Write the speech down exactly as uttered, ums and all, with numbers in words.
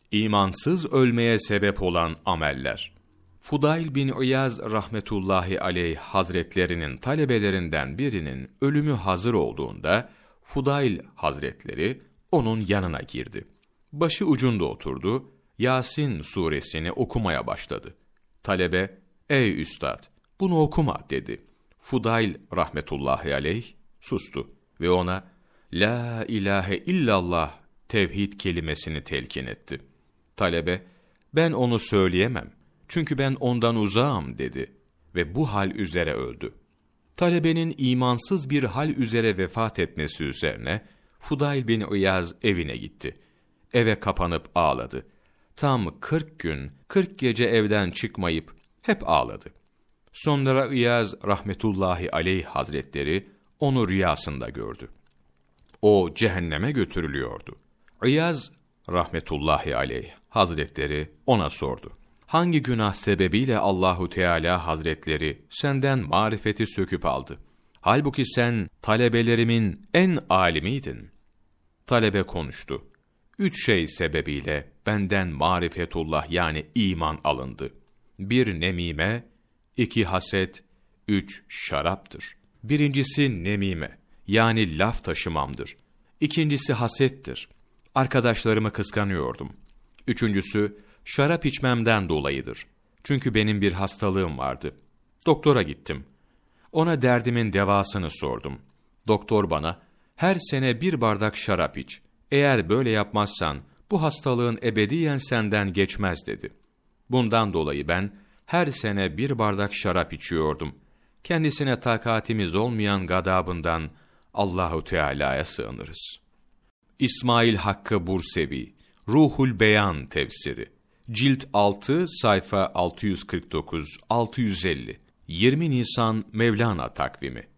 İmansız ölmeye sebep olan ameller. Fudayl bin İyaz rahmetullahi aleyh hazretlerinin talebelerinden birinin ölümü hazır olduğunda, Fudayl hazretleri onun yanına girdi. Başı ucunda oturdu, Yasin suresini okumaya başladı. Talebe, ''Ey üstad, bunu okuma.'' dedi. Fudayl rahmetullahi aleyh sustu ve ona, ''La ilahe illallah'' tevhid kelimesini telkin etti. Talebe, ''Ben onu söyleyemem, çünkü ben ondan uzağım.'' dedi ve bu hal üzere öldü. Talebenin imansız bir hal üzere vefat etmesi üzerine, Fudayl bin İyaz evine gitti. Eve kapanıp ağladı. Tam kırk gün, kırk gece evden çıkmayıp hep ağladı. Sonra İyaz rahmetullahi aleyh hazretleri onu rüyasında gördü. O cehenneme götürülüyordu. İyaz rahmetullahi aleyh hazretleri ona sordu. Hangi günah sebebiyle Allahu Teala hazretleri senden marifeti söküp aldı? Halbuki sen talebelerimin en alimiydin. Talebe konuştu. Üç şey sebebiyle benden marifetullah yani iman alındı. Bir nemime, iki haset, üç şaraptır. Birincisi nemime, yani laf taşımamdır. İkincisi hasettir. Arkadaşlarımı kıskanıyordum. Üçüncüsü, şarap içmemden dolayıdır. Çünkü benim bir hastalığım vardı. Doktora gittim. Ona derdimin devasını sordum. Doktor bana, her sene bir bardak şarap iç. Eğer böyle yapmazsan, bu hastalığın ebediyen senden geçmez dedi. Bundan dolayı ben, her sene bir bardak şarap içiyordum. Kendisine takatimiz olmayan gadabından Allahu Teala'ya sığınırız. İsmail Hakkı Bursevi, Ruhul Beyan tefsiri, cilt altı, sayfa altı yüz kırk dokuz altı yüz elli, yirmi Nisan Mevlana takvimi.